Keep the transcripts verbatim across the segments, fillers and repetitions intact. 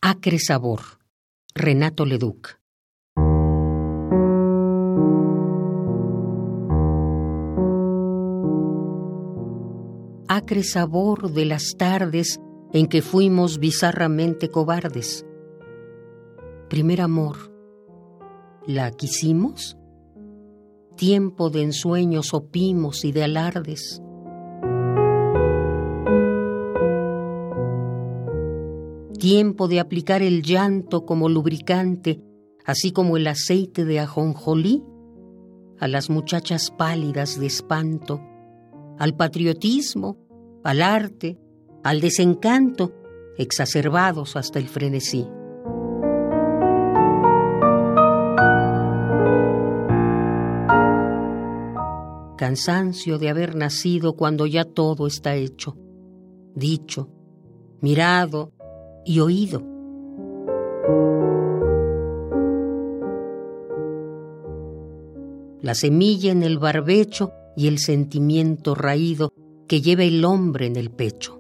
Acre sabor, Renato Leduc. Acre sabor de las tardes en que fuimos bizarramente cobardes. Primer amor, ¿la quisimos? Tiempo de ensueños opimos y de alardes. Tiempo de aplicar el llanto como lubricante, así como el aceite de ajonjolí, a las muchachas pálidas de espanto, al patriotismo, al arte, al desencanto, exacerbados hasta el frenesí. Cansancio de haber nacido cuando ya todo está hecho, dicho, mirado y oído. La semilla en el barbecho y el sentimiento raído que lleva el hombre en el pecho.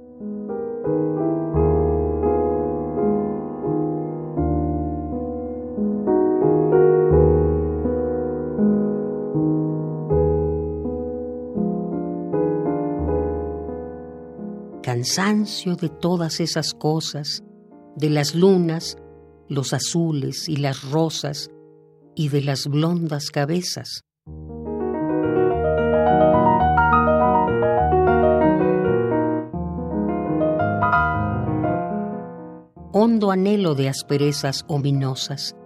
Cansancio de todas esas cosas, de las lunas, los azules y las rosas, y de las blondas cabezas. Hondo anhelo de asperezas ominosas.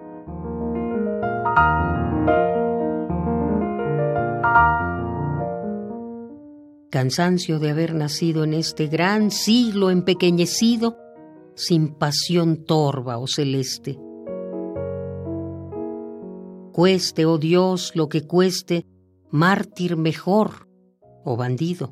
Cansancio de haber nacido en este gran siglo empequeñecido, sin pasión torva o celeste. Cueste, oh Dios, lo que cueste, mártir mejor o bandido.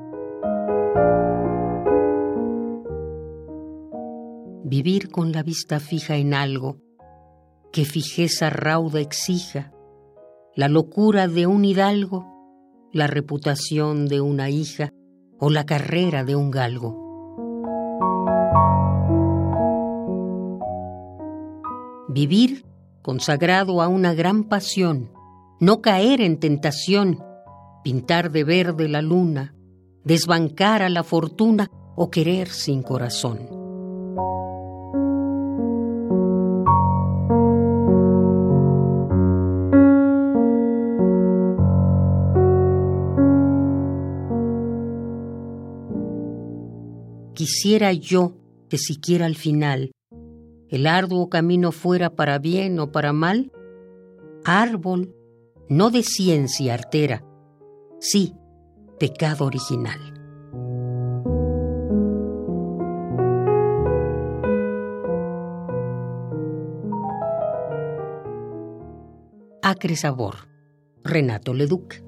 Vivir con la vista fija en algo que fijeza rauda exija, la locura de un hidalgo, la reputación de una hija o la carrera de un galgo. Vivir consagrado a una gran pasión, no caer en tentación, pintar de verde la luna, desbancar a la fortuna o querer sin corazón. Quisiera yo que siquiera al final el arduo camino fuera para bien o para mal, árbol no de ciencia artera, sí, pecado original. Acre sabor, Renato Leduc.